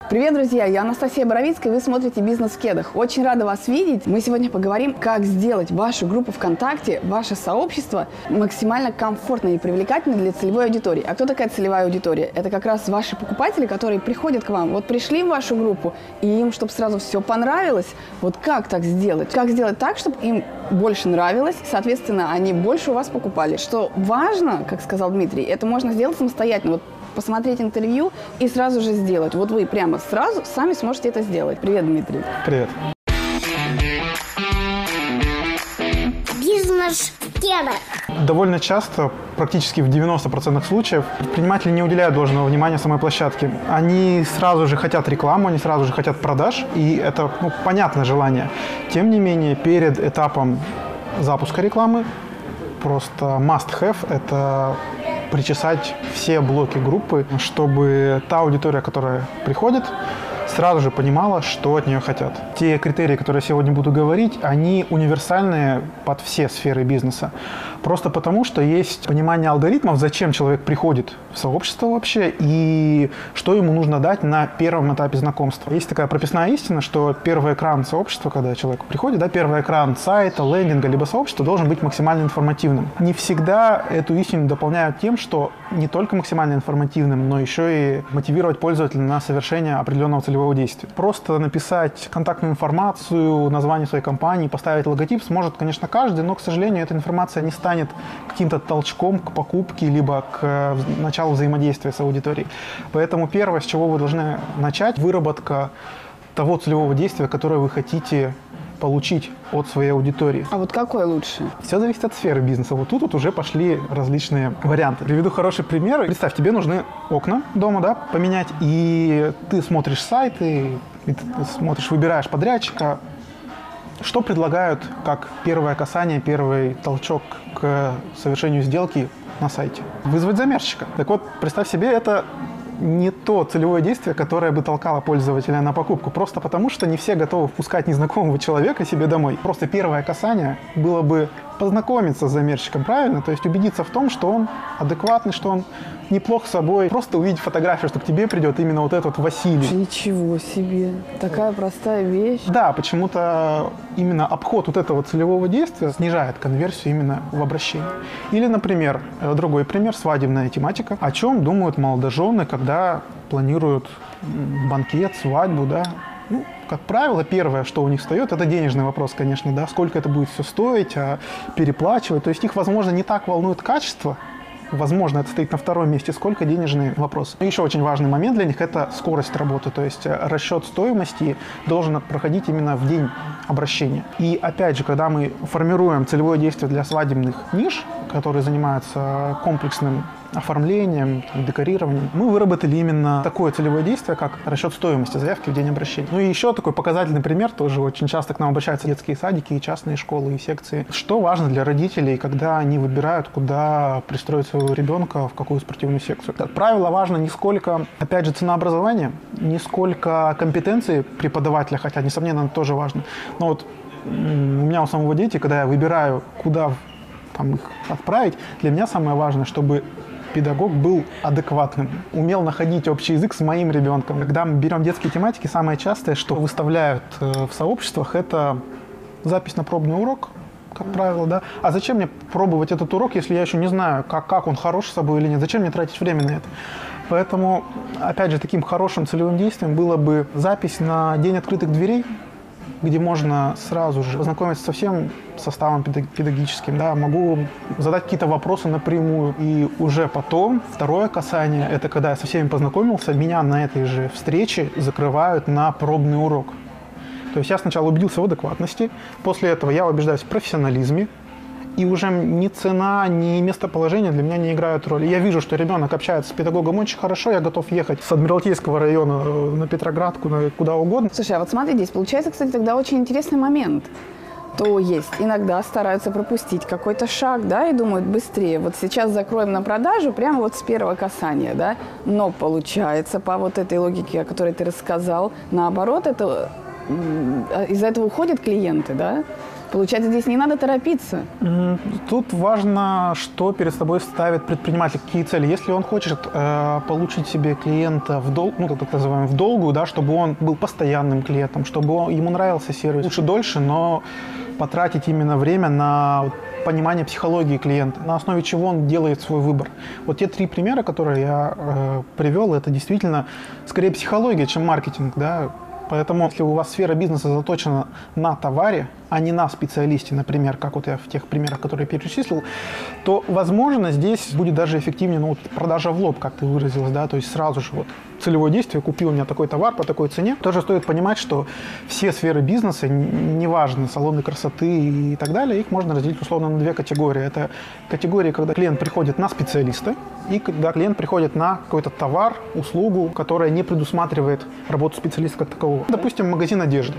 Привет, друзья! Я Анастасия Боровицкая, и вы смотрите «Бизнес в кедах». Очень рада вас видеть. Мы сегодня поговорим, как сделать вашу группу ВКонтакте, ваше сообщество максимально комфортной и привлекательной для целевой аудитории. А кто такая целевая аудитория? Это как раз ваши покупатели, которые приходят к вам. Вот пришли в вашу группу, и им, чтобы сразу все понравилось, вот как так сделать? Как сделать так, чтобы им больше нравилось, соответственно, они больше у вас покупали? Что важно, как сказал Дмитрий, это можно сделать самостоятельно. Вот посмотреть интервью и сразу же сделать. Вот вы прямо сразу сами сможете это сделать. Привет, Дмитрий. Привет. Бизнес в кедах. Довольно часто, практически в 90% случаев, предприниматели не уделяют должного внимания самой площадке. Они сразу же хотят рекламу, они сразу же хотят продаж, и это понятное желание. Тем не менее, перед этапом запуска рекламы просто must-have – это причесать все блоки группы, чтобы та аудитория, которая приходит, сразу же понимала, что от нее хотят. Те критерии, которые я сегодня буду говорить, они универсальные под все сферы бизнеса. Просто потому, что есть понимание алгоритмов, зачем человек приходит в сообщество вообще и что ему нужно дать на первом этапе знакомства. Есть такая прописная истина, что первый экран сообщества, когда человек приходит, первый экран сайта, лендинга либо сообщества должен быть максимально информативным. Не всегда эту истину дополняют тем, что не только максимально информативным, но еще и мотивировать пользователя на совершение определенного целевого действия. Просто написать контактную информацию, название своей компании, поставить логотип сможет, конечно, каждый, но, к сожалению, эта информация не станет каким-то толчком к покупке, либо к началу взаимодействия с аудиторией. Поэтому первое, с чего вы должны начать, выработка того целевого действия, которое вы хотите получить от своей аудитории. А вот какой лучше? Все зависит от сферы бизнеса. Вот тут уже пошли различные варианты. Приведу хороший пример. Представь, тебе нужны окна дома, поменять, и ты смотришь сайты, и ты смотришь, выбираешь подрядчика. Что предлагают как первое касание, первый толчок к совершению сделки на сайте? Вызвать замерщика. Так вот, представь себе, это не то целевое действие, которое бы толкало пользователя на покупку. Просто потому, что не все готовы впускать незнакомого человека себе домой. Просто первое касание было бы познакомиться с замерщиком, правильно? То есть убедиться в том, что он адекватный, что он неплох собой. Просто увидеть фотографию, что к тебе придет именно вот этот Василий. Ничего себе. Такая простая вещь. Да, почему-то именно обход вот этого целевого действия снижает конверсию именно в обращении. Или, например, другой пример, свадебная тематика. О чем думают молодожены, когда планируют банкет, свадьбу, как правило, первое, что у них встает, это денежный вопрос, конечно, сколько это будет все стоить, переплачивать. То есть их, возможно, не так волнует качество, возможно, это стоит на втором месте, сколько денежный вопрос. Еще очень важный момент для них – это скорость работы, то есть расчет стоимости должен проходить именно в день обращения. И опять же, когда мы формируем целевое действие для свадебных ниш, которые занимаются комплексным оформлением, декорированием, мы выработали именно такое целевое действие, как расчет стоимости заявки в день обращения. И еще такой показательный пример, тоже очень часто к нам обращаются детские садики, и частные школы, и секции. Что важно для родителей, когда они выбирают, куда пристроить своего ребенка, в какую спортивную секцию? Как правило, важно не сколько, опять же, ценообразование, не сколько компетенции преподавателя, хотя, несомненно, это тоже важно. Но вот у меня у самого дети, когда я выбираю, куда их отправить, для меня самое важное, чтобы педагог был адекватным, умел находить общий язык с моим ребенком. Когда мы берем детские тематики, самое частое, что выставляют в сообществах, это запись на пробный урок, как правило, А зачем мне пробовать этот урок, если я еще не знаю, как он хорош с собой или нет? Зачем мне тратить время на это? Поэтому, опять же, таким хорошим целевым действием было бы запись на день открытых дверей, где можно сразу же познакомиться со всем составом педагогическим, могу задать какие-то вопросы напрямую. И уже потом, второе касание, это когда я со всеми познакомился, меня на этой же встрече закрывают на пробный урок. То есть я сначала убедился в адекватности, после этого я убеждаюсь в профессионализме, и уже ни цена, ни местоположение для меня не играют роли. Я вижу, что ребенок общается с педагогом очень хорошо, я готов ехать с Адмиралтейского района на Петроградку, куда угодно. Слушай, а вот смотри, здесь получается, кстати, тогда очень интересный момент. То есть иногда стараются пропустить какой-то шаг, и думают быстрее. Вот сейчас закроем на продажу прямо вот с первого касания, Но получается по вот этой логике, о которой ты рассказал, наоборот, из-за этого уходят клиенты, Получается, здесь не надо торопиться. Тут важно, что перед собой ставит предприниматель, какие цели. Если он хочет получить себе клиента в долг, ну, так называемый, в долгую, да, чтобы он был постоянным клиентом, чтобы ему нравился сервис, лучше дольше, но потратить именно время на понимание психологии клиента, на основе чего он делает свой выбор. Вот те 3 примера, которые я привел, это действительно скорее психология, чем маркетинг, да. Поэтому, если у вас сфера бизнеса заточена на товаре, а не на специалисте, например, как вот я в тех примерах, которые я перечислил, то, возможно, здесь будет даже эффективнее, ну, вот продажа в лоб, как ты выразилась, да, то есть сразу же вот целевое действие, купил у меня такой товар по такой цене. Тоже стоит понимать, что все сферы бизнеса, неважно, салоны красоты и так далее, их можно разделить условно на 2 категории. Это категории, когда клиент приходит на специалиста, и когда клиент приходит на какой-то товар, услугу, которая не предусматривает работу специалиста как такового. Допустим, магазин одежды.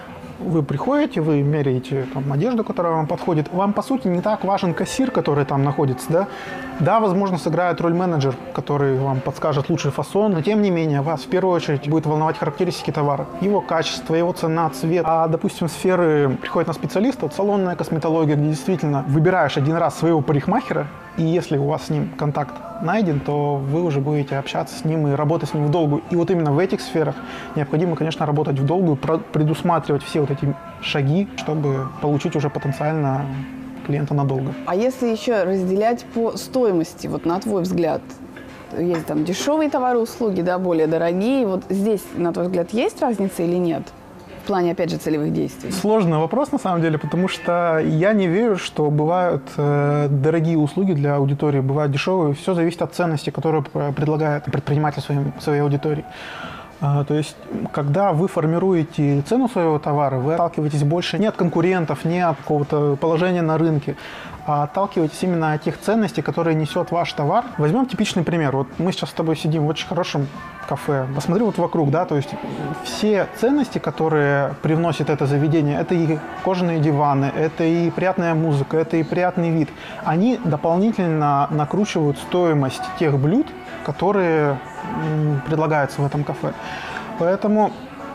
Вы приходите, вы меряете там одежду, которая вам подходит. Вам, по сути, не так важен кассир, который там находится, да? Да, возможно, сыграет роль менеджер, который вам подскажет лучший фасон, но, тем не менее, вас в первую очередь будет волновать характеристики товара, его качество, его цена, цвет. А, допустим, сферы приходят на специалиста, вот салонная косметология, где действительно выбираешь один раз своего парикмахера, и если у вас с ним контакт найден, то вы уже будете общаться с ним и работать с ним в долгую. И вот именно в этих сферах необходимо, конечно, работать в долгую, предусматривать все вот эти шаги, чтобы получить уже потенциально клиента надолго. А если еще разделять по стоимости, вот на твой взгляд, есть там дешевые товары, услуги, да, более дорогие, вот здесь, на твой взгляд, есть разница или нет? В плане, опять же, целевых действий? Сложный вопрос, на самом деле, потому что я не верю, что бывают дорогие услуги для аудитории, бывают дешевые. Все зависит от ценности, которую предлагает предприниматель своей аудитории. То есть, когда вы формируете цену своего товара, вы отталкиваетесь больше не от конкурентов, не от какого-то положения на рынке, а отталкиваетесь именно от тех ценностей, которые несет ваш товар. Возьмем типичный пример. Вот мы сейчас с тобой сидим в очень хорошем кафе. Посмотри вот вокруг, да, то есть все ценности, которые привносит это заведение, это и кожаные диваны, это и приятная музыка, это и приятный вид. Они дополнительно накручивают стоимость тех блюд, которые предлагаются в этом кафе. Поэтому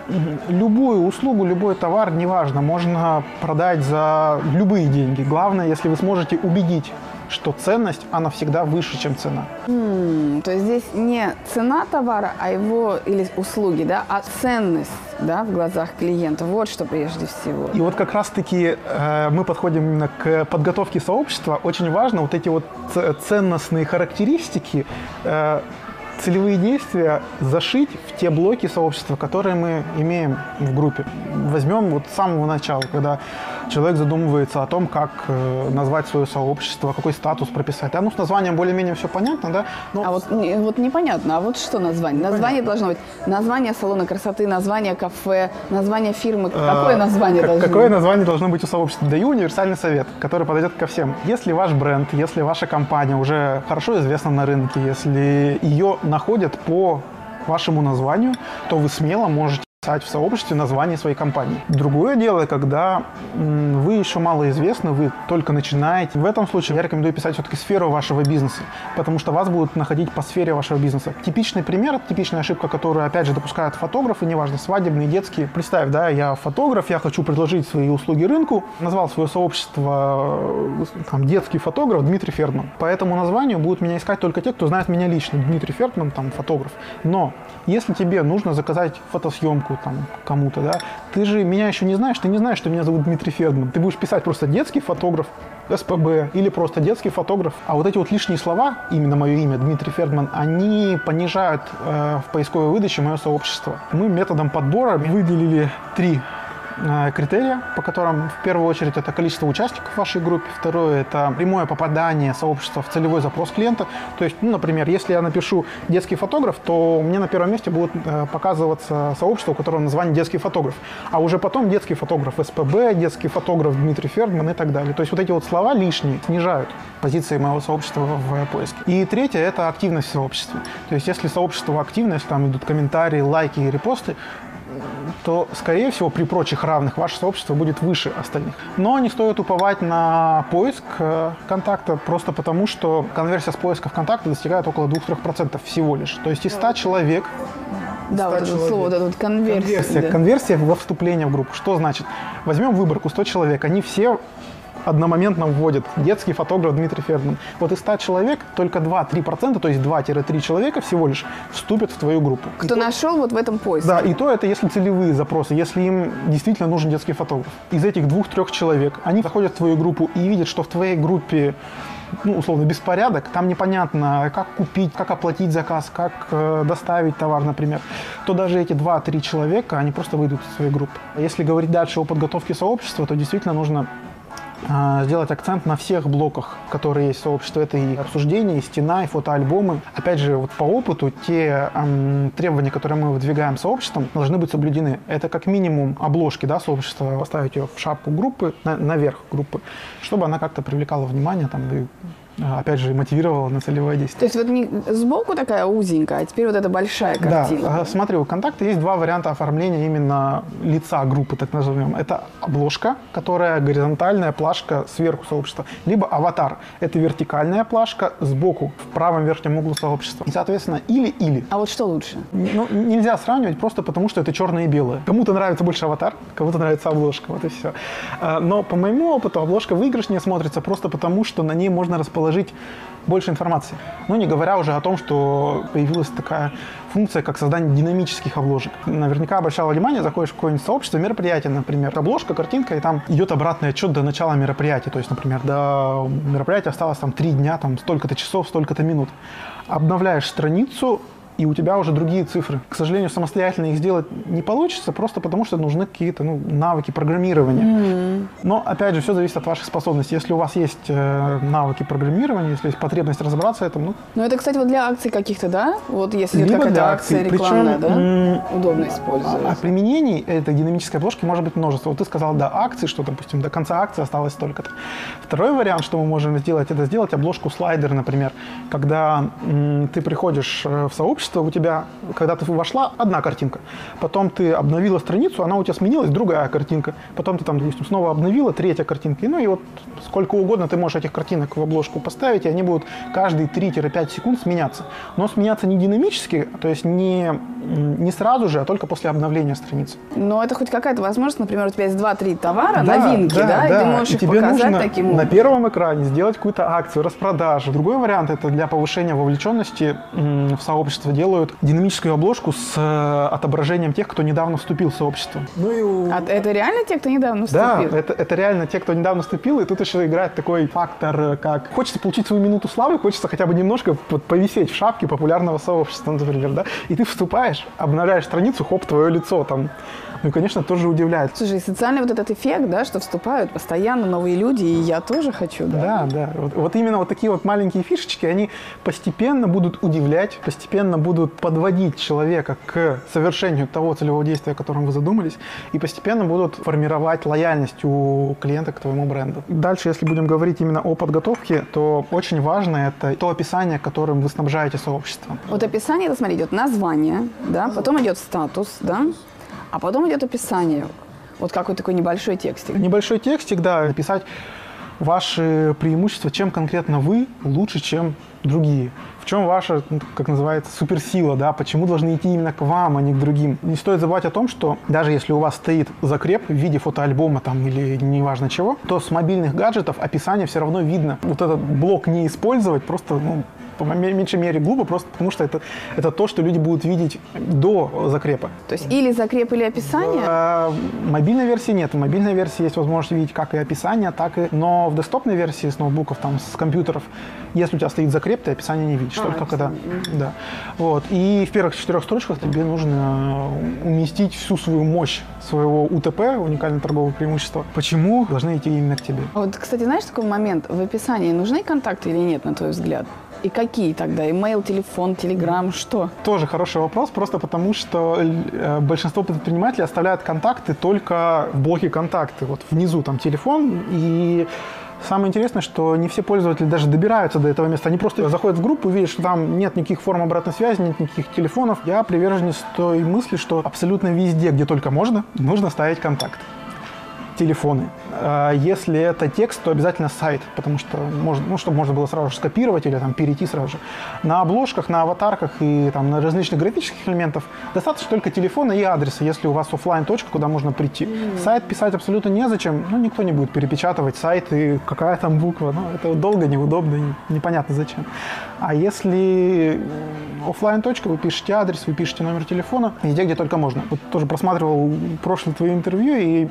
любую услугу, любой товар, неважно, можно продать за любые деньги. Главное, если вы сможете убедить, что ценность, она всегда выше, чем цена. То есть здесь не цена товара, а его, или услуги, да, а ценность, да, в глазах клиента. Вот что прежде всего. И вот как раз-таки мы подходим именно к подготовке сообщества. Очень важно вот эти вот ценностные характеристики, целевые действия зашить в те блоки сообщества, которые мы имеем в группе. Возьмем вот с самого начала, когда человек задумывается о том, как назвать свое сообщество, какой статус прописать. Ну, с названием более-менее все понятно, да? Но... А вот непонятно, а вот что название? Название должно быть название салона красоты, название кафе, название фирмы. Какое название должно быть? Какое название должно быть у сообщества? Даю универсальный совет, который подойдет ко всем. Если ваш бренд, если ваша компания уже хорошо известна на рынке, если ее находят по вашему названию, то вы смело можете писать в сообществе название своей компании. Другое дело, когда вы еще малоизвестны, вы только начинаете. В этом случае я рекомендую писать все-таки сферу вашего бизнеса, потому что вас будут находить по сфере вашего бизнеса. Типичный пример, типичная ошибка, которую, опять же, допускают фотографы, неважно, свадебные, детские. Представь, да, я фотограф, я хочу предложить свои услуги рынку, назвал свое сообщество там, детский фотограф Дмитрий Фердман. По этому названию будут меня искать только те, кто знает меня лично. Дмитрий Фердман, там, фотограф. Но если тебе нужно заказать фотосъемку там, кому-то, да, ты же меня еще не знаешь, ты не знаешь, что меня зовут Дмитрий Фердман. Ты будешь писать просто детский фотограф, СПБ или просто детский фотограф. А вот эти вот лишние слова, именно мое имя, Дмитрий Фердман, они понижают в поисковой выдаче мое сообщество. Мы методом подбора выделили 3 критерия, по которым в первую очередь это количество участников в вашей группе, второе это прямое попадание сообщества в целевой запрос клиента. То есть, ну, например, если я напишу детский фотограф, то мне на первом месте будет показываться сообщество, у которого название детский фотограф, а уже потом детский фотограф СПБ, детский фотограф Дмитрий Фердман и так далее. То есть вот эти вот слова лишние снижают позиции моего сообщества в поиске. И третье это активность в сообществе. То есть если сообщество активно, если там идут комментарии, лайки и репосты, то, скорее всего, при прочих равных ваше сообщество будет выше остальных. Но не стоит уповать на поиск контакта, просто потому, что конверсия с поиска в контакты достигает около 2-3% всего лишь. То есть из 100 человек Да, вот это вот слово, вот это вот конверсия. Да. Конверсия во вступление в группу. Что значит? Возьмем выборку 100 человек, они все одномоментно вводят детский фотограф Дмитрий Фердман. Вот из 100 человек только 2-3%, то есть 2-3 человека всего лишь вступят в твою группу. Кто нашел вот в этом поиске. Да, и то это если целевые запросы, если им действительно нужен детский фотограф. Из этих 2-3 человек они заходят в твою группу и видят, что в твоей группе, ну, условно, беспорядок, там непонятно, как купить, как оплатить заказ, как доставить товар, например, то даже эти 2-3 человека, они просто выйдут из своей группы. Если говорить дальше о подготовке сообщества, то действительно нужно сделать акцент на всех блоках, которые есть в сообществе. Это и обсуждения, и стена, и фотоальбомы. Опять же, вот по опыту, те требования, которые мы выдвигаем сообществом, должны быть соблюдены. Это как минимум обложки, да, сообщества, поставить ее в шапку группы, наверх группы, чтобы она как-то привлекала внимание, там, и опять же, мотивировала на целевое действие. То есть вот не сбоку такая узенькая, а теперь вот эта большая картина. Да, смотри, у «Контакта» есть два варианта оформления именно лица группы, так назовем. Это обложка, которая горизонтальная плашка сверху сообщества, либо аватар. Это вертикальная плашка сбоку, в правом верхнем углу сообщества. И, соответственно, или-или. А вот что лучше? Ну, нельзя сравнивать просто потому, что это черное и белое. Кому-то нравится больше аватар, кому-то нравится обложка, вот и все. Но по моему опыту обложка выигрышнее смотрится просто потому, что на ней можно расположить больше информации. Ну, не говоря уже о том, что появилась такая функция, как создание динамических обложек. Наверняка обращал внимание, заходишь в какое-нибудь сообщество, мероприятие, например, обложка, картинка, и там идет обратный отчет до начала мероприятия. То есть, например, до мероприятия осталось там 3 дня, там столько-то часов, столько-то минут. Обновляешь страницу, и у тебя уже другие цифры. К сожалению, самостоятельно их сделать не получится, просто потому что нужны какие-то навыки программирования. Но, опять же, все зависит от ваших способностей. Если у вас есть навыки программирования, если есть потребность разобраться в этом, Ну, это, кстати, вот для акций каких-то, да? Вот если идет какая-то акция рекламная, да? Удобно использовать. А применений этой динамической обложки может быть множество. Вот ты сказал, до акции, что, допустим, до конца акции осталось столько-то. Второй вариант, что мы можем сделать, это сделать обложку слайдер, например. Когда ты приходишь в сообщество, у тебя, когда ты вошла, одна картинка. Потом ты обновила страницу, она у тебя сменилась, другая картинка. Потом ты там, допустим, снова обновила, третья картинка. И вот сколько угодно ты можешь этих картинок в обложку поставить, и они будут каждые 3-5 секунд сменяться. Но сменяться не динамически, то есть не сразу же, а только после обновления страницы. Но это хоть какая-то возможность, например, у тебя есть 2-3 товара, новинки, да, и ты можешь их тебе показать нужно таким образом. На первом экране сделать какую-то акцию, распродажу. Другой вариант – это для повышения вовлеченности в сообщество делают динамическую обложку с отображением тех, кто недавно вступил в сообщество. А это реально те, кто недавно вступил? Да, это реально те, кто недавно вступил, и тут еще играет такой фактор, как хочется получить свою минуту славы, хочется хотя бы немножко повисеть в шапке популярного сообщества, например, да, и ты вступаешь, обновляешь страницу, хоп, твое лицо там. Ну и, конечно, тоже удивляет. Слушай, социальный вот этот эффект, да, что вступают постоянно новые люди, и я тоже хочу, да? Да. Вот именно вот такие вот маленькие фишечки, они постепенно будут удивлять, постепенно будут подводить человека к совершению того целевого действия, о котором вы задумались, и постепенно будут формировать лояльность у клиента к твоему бренду. Дальше, если будем говорить именно о подготовке, то очень важно это то описание, которым вы снабжаете сообщество. Вот описание, это, смотри, идет название, да, потом идет статус, да, а потом идет описание. Вот какой-то такой небольшой текстик. Небольшой текстик, да, написать ваши преимущества, чем конкретно вы лучше, чем другие. В чем ваша, как называется, суперсила, да, почему должны идти именно к вам, а не к другим. Не стоит забывать о том, что даже если у вас стоит закреп в виде фотоальбома там или неважно чего, то с мобильных гаджетов описание все равно видно. Вот этот блок не использовать просто, по меньшей мере глупо, просто потому что это то, что люди будут видеть до закрепа. То есть или закреп, или описание? В мобильной версии нет. В мобильной версии есть возможность видеть как и описание, так и... Но в десктопной версии с ноутбуков, там, с компьютеров, если у тебя стоит закреп, ты описание не видишь. Только когда... Да. Вот. И в первых 4 строчках тебе нужно уместить всю свою мощь своего УТП, уникального торгового преимущества. Почему должны идти именно к тебе? Вот, кстати, знаешь такой момент? В описании нужны контакты или нет, на твой взгляд? И какие тогда? Имейл, телефон, телеграм, что? Тоже хороший вопрос, просто потому что большинство предпринимателей оставляют контакты только в блоке «Контакты». Вот внизу там телефон, и самое интересное, что не все пользователи даже добираются до этого места. Они просто заходят в группу, видят, что там нет никаких форм обратной связи, нет никаких телефонов. Я приверженец той мысли, что абсолютно везде, где только можно, нужно ставить контакт. телефоны. Если это текст, то обязательно сайт, потому что чтобы можно было сразу же скопировать или там перейти сразу же. На обложках, на аватарках и там на различных графических элементах достаточно только телефона и адреса, если у вас офлайн точка, куда можно прийти. Сайт писать абсолютно незачем, никто не будет перепечатывать сайт и какая там буква, это долго, неудобно, непонятно зачем. А если офлайн точка, вы пишете адрес, вы пишете номер телефона, везде, где только можно. Вот тоже просматривал прошлое твое интервью, и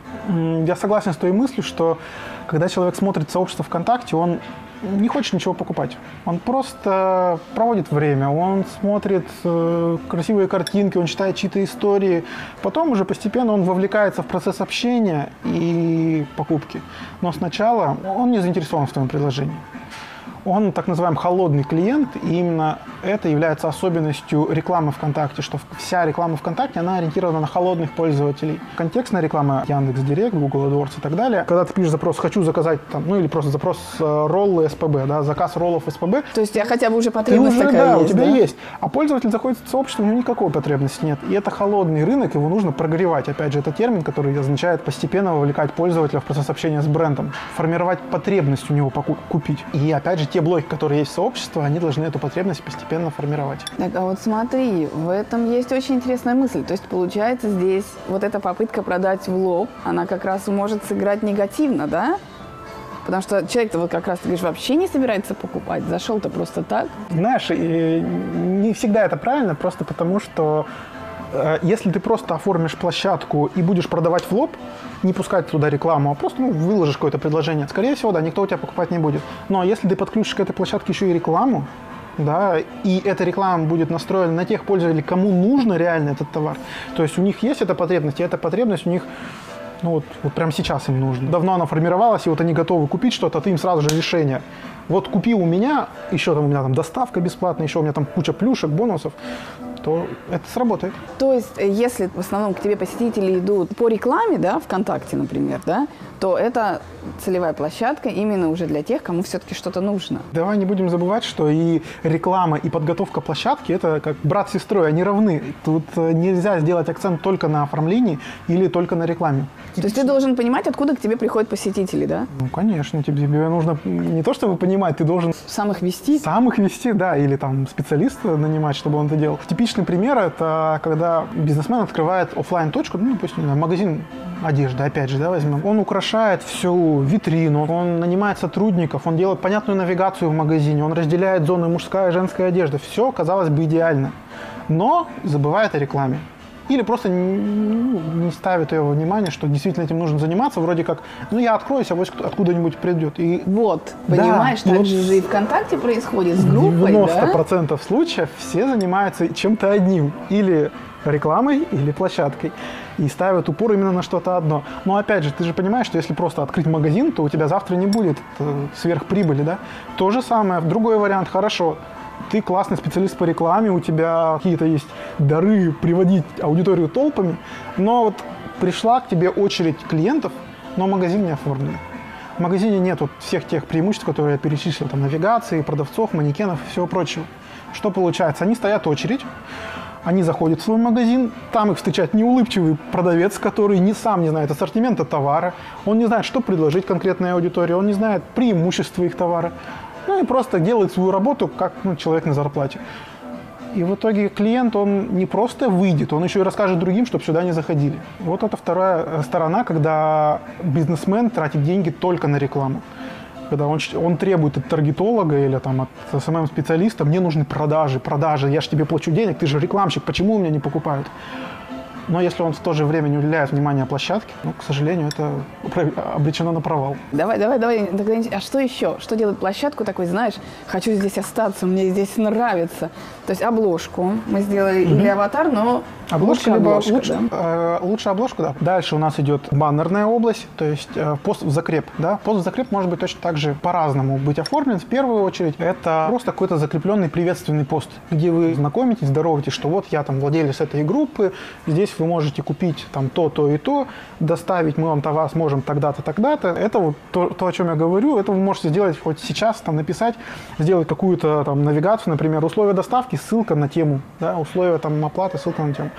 я согласен с той мыслью, что когда человек смотрит сообщество ВКонтакте, он не хочет ничего покупать. Он просто проводит время, он смотрит красивые картинки, он читает чьи-то истории. Потом уже постепенно он вовлекается в процесс общения и покупки. Но сначала он не заинтересован в твоем предложении. Он так называемый холодный клиент, и именно это является особенностью рекламы ВКонтакте, что вся реклама ВКонтакте, она ориентирована на холодных пользователей. Контекстная реклама Яндекс.Директ, Google AdWords и так далее. Когда ты пишешь запрос «хочу заказать», или просто запрос роллы СПБ, заказ роллов СПБ. То есть у тебя хотя бы уже потребность уже, такая есть, у тебя есть. А пользователь заходит в сообщество, у него никакой потребности нет. И это холодный рынок, его нужно прогревать. Опять же, это термин, который означает постепенно вовлекать пользователя в процесс общения с брендом, формировать потребность у него купить. И опять же, те блоки, которые есть в сообществе, они должны эту потребность постепенно формировать. Так, а вот смотри, в этом есть очень интересная мысль. То есть, получается, здесь вот эта попытка продать в лоб, она как раз может сыграть негативно, да? Потому что человек-то вот как раз, ты говоришь, вообще не собирается покупать, зашел-то просто так. Знаешь, не всегда это правильно, просто потому что если ты просто оформишь площадку и будешь продавать в лоб, не пускать туда рекламу, а просто выложишь какое-то предложение, скорее всего, никто у тебя покупать не будет. Но если ты подключишь к этой площадке еще и рекламу, и эта реклама будет настроена на тех пользователей, кому нужно реально этот товар, то есть у них есть эта потребность, и эта потребность у них вот прямо сейчас им нужно. Давно она формировалась, и вот они готовы купить что-то, а ты им сразу же решение. Вот купи у меня, еще у меня доставка бесплатная, еще у меня там куча плюшек, бонусов, то это сработает. То есть, если в основном к тебе посетители идут по рекламе, ВКонтакте, например, то это целевая площадка именно уже для тех, кому все-таки что-то нужно. Давай не будем забывать, что и реклама, и подготовка площадки – это как брат с сестрой, они равны. Тут нельзя сделать акцент только на оформлении или только на рекламе. То есть ты должен понимать, откуда к тебе приходят посетители, да? Конечно, тебе нужно не то, чтобы понимать, ты должен… Сам их вести? Сам их вести, или там специалиста нанимать, чтобы он это делал. Типичный пример – это когда бизнесмен открывает офлайн точку, допустим, магазин одежды, опять же, возьмем. Он украшает всю витрину, он нанимает сотрудников, он делает понятную навигацию в магазине, он разделяет зоны мужская и женская одежда. Все, казалось бы, идеально. Но забывает о рекламе. Или просто не ставит ее во внимание, что действительно этим нужно заниматься. Вроде как, я откроюсь, а вот откуда-нибудь придет. И понимаешь, так же и ВКонтакте происходит с группой, 90% случаев все занимаются чем-то одним. Или рекламой, или площадкой. И ставят упор именно на что-то одно. Но опять же, ты же понимаешь, что если просто открыть магазин, то у тебя завтра не будет сверхприбыли, То же самое. Другой вариант. Хорошо. Ты классный специалист по рекламе, у тебя какие-то есть дары приводить аудиторию толпами, но вот пришла к тебе очередь клиентов, но магазин не оформлен. В магазине нет всех тех преимуществ, которые я перечислил, навигации, продавцов, манекенов и всего прочего. Что получается? Они стоят очередь, они заходят в свой магазин, там их встречает неулыбчивый продавец, который сам не знает ассортимента товара, он не знает, что предложить конкретной аудитории, он не знает преимущества их товара. И просто делает свою работу, как человек на зарплате. И в итоге клиент, он не просто выйдет, он еще и расскажет другим, чтобы сюда не заходили. Вот это вторая сторона, когда бизнесмен тратит деньги только на рекламу. Когда он требует от таргетолога или от SMM-специалиста, мне нужны продажи, я же тебе плачу денег, ты же рекламщик, почему у меня не покупают? Но если он в то же время не уделяет внимания площадке, к сожалению, это обречено на провал. Давай. А что еще? Что делает площадку такой, знаешь, хочу здесь остаться, мне здесь нравится. То есть обложку мы сделали или аватар, но лучше обложку, да. Дальше у нас идет баннерная область, то есть пост в закреп. Пост в закреп может быть точно так же по-разному быть оформлен. В первую очередь это просто какой-то закрепленный приветственный пост, где вы знакомитесь, здороваетесь, что вот я владелец этой группы, здесь вы можете купить то и то, доставить мы вам товар сможем тогда-то, тогда-то. Это то, о чем я говорю, это вы можете сделать хоть сейчас, написать, сделать какую-то навигацию, например, условия доставки, ссылка на тему, условия оплаты, ссылка на тему.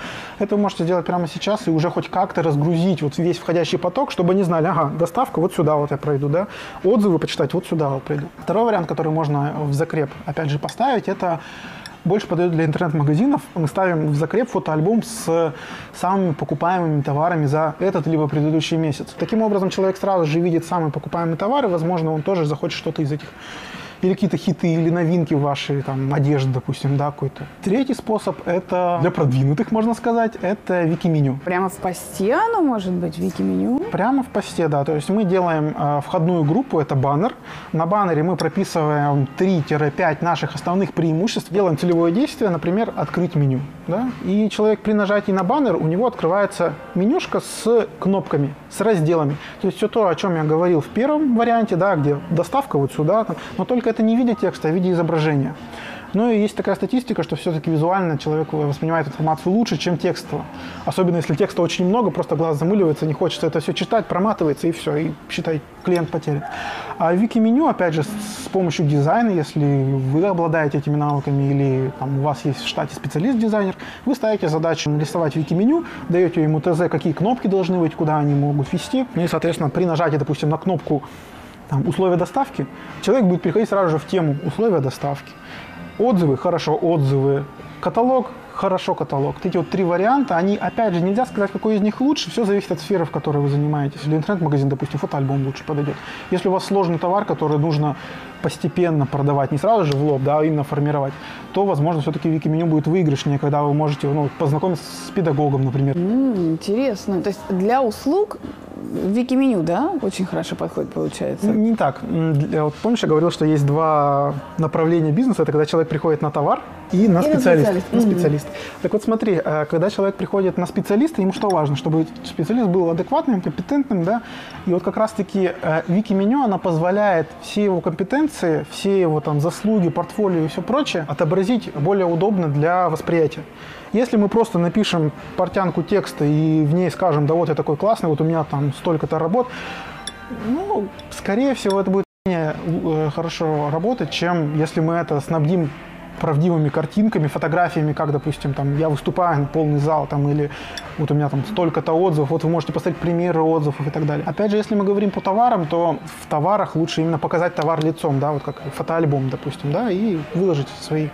Это вы можете сделать прямо сейчас и уже хоть как-то разгрузить вот весь входящий поток, чтобы они знали, ага, доставка вот сюда вот я пройду, да, отзывы почитать вот сюда вот пройду. Второй вариант, который можно в закреп опять же поставить, это больше подойдет для интернет-магазинов. Мы ставим в закреп фотоальбом с самыми покупаемыми товарами за этот либо предыдущий месяц. Таким образом, человек сразу же видит самые покупаемые товары, возможно, он тоже захочет что-то из этих, или какие-то хиты, или новинки вашей, там, одежды, допустим, да, какой-то. Третий способ, это для продвинутых, можно сказать, это вики-меню. Прямо в посте оно может быть, вики-меню? Прямо в посте, да. То есть мы делаем входную группу, это баннер. На баннере мы прописываем 3-5 наших основных преимуществ. Делаем целевое действие, например, открыть меню. Да? И человек при нажатии на баннер, у него открывается менюшка с кнопками, с разделами. То есть все то, о чем я говорил в первом варианте, да, где доставка вот сюда, но только это не в виде текста, а в виде изображения. Ну и есть такая статистика, что все-таки визуально человек воспринимает информацию лучше, чем текстово. Особенно если текста очень много, просто глаз замыливается, не хочется это все читать, проматывается и все, и считай, клиент потерян. А вики-меню, опять же, с помощью дизайна, если вы обладаете этими навыками или там, у вас есть в штате специалист-дизайнер, вы ставите задачу нарисовать вики-меню, даете ему ТЗ, какие кнопки должны быть, куда они могут вести. Ну и, соответственно, при нажатии, допустим, на кнопку там, условия доставки, человек будет переходить сразу же в тему условия доставки. Отзывы, хорошо, отзывы. Каталог, хорошо, каталог. Эти вот 3 варианта, они, опять же, нельзя сказать, какой из них лучше, все зависит от сферы, в которой вы занимаетесь. Если интернет-магазин, допустим, фотоальбом лучше подойдет. Если у вас сложный товар, который нужно постепенно продавать, не сразу же в лоб, да, а именно формировать, то, возможно, все-таки вики-меню будет выигрышнее, когда вы можете познакомиться с педагогом, например. Интересно. То есть для услуг вики-меню, да, очень хорошо подходит, получается? Не так. Вот помнишь, я говорил, что есть 2 направления бизнеса. Это когда человек приходит на товар и на специалиста. Так вот смотри, когда человек приходит на специалиста, ему что важно? Чтобы специалист был адекватным, компетентным, да? И вот как раз-таки вики-меню, она позволяет все его компетенции, все его там заслуги, портфолио и все прочее отобразить более удобно для восприятия. Если мы просто напишем портянку текста и в ней скажем, да вот я такой классный, вот у меня там столько-то работ, ну, скорее всего, это будет менее хорошо работать, чем если мы это снабдим правдивыми картинками, фотографиями, как, допустим, там, я выступаю на полный зал, там, или вот у меня там столько-то отзывов, вот вы можете поставить примеры отзывов и так далее. Опять же, если мы говорим по товарам, то в товарах лучше именно показать товар лицом, да, вот как фотоальбом, допустим, да, и выложить свои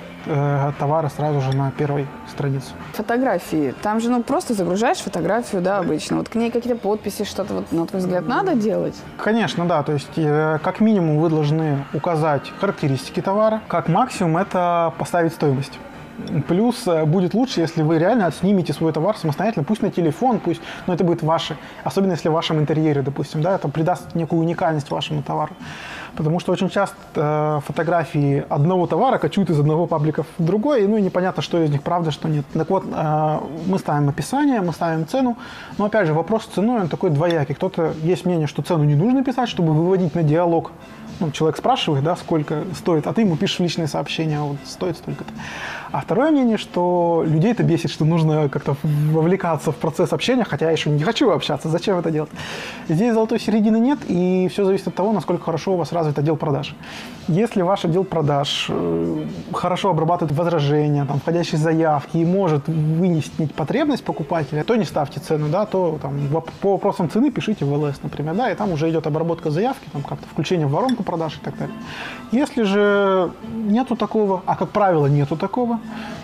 товары сразу же на первой странице. Фотографии. Там же, ну, просто загружаешь фотографию, да, обычно. Вот к ней какие-то подписи, что-то, вот, на твой взгляд, надо делать? Конечно, да. То есть, как минимум, вы должны указать характеристики товара. Как максимум, это поставить стоимость. Плюс будет лучше, если вы реально снимете свой товар самостоятельно, пусть на телефон, пусть, но это будет ваше. Особенно если в вашем интерьере, допустим, да, это придаст некую уникальность вашему товару. Потому что очень часто фотографии одного товара качают из одного паблика в другой, ну и непонятно, что из них правда, что нет. Так вот, мы ставим описание, мы ставим цену, но опять же вопрос с ценой, он такой двоякий. Кто-то есть мнение, что цену не нужно писать, чтобы выводить на диалог. Ну, человек спрашивает, да, сколько стоит, а ты ему пишешь в личное сообщение, вот стоит столько-то. А второе мнение, что людей это бесит, что нужно как-то вовлекаться в процесс общения, хотя я еще не хочу общаться, зачем это делать? Здесь золотой середины нет, и все зависит от того, насколько хорошо у вас развит отдел продаж. Если ваш отдел продаж хорошо обрабатывает возражения, там, входящие заявки и может вынести потребность покупателя, то не ставьте цену, да, то там, по вопросам цены пишите в ЛС, например, да, и там уже идет обработка заявки, там как-то включение в воронку продаж и так далее. Если же нету такого, а как правило нету такого,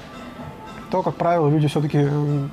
то, как правило, люди все-таки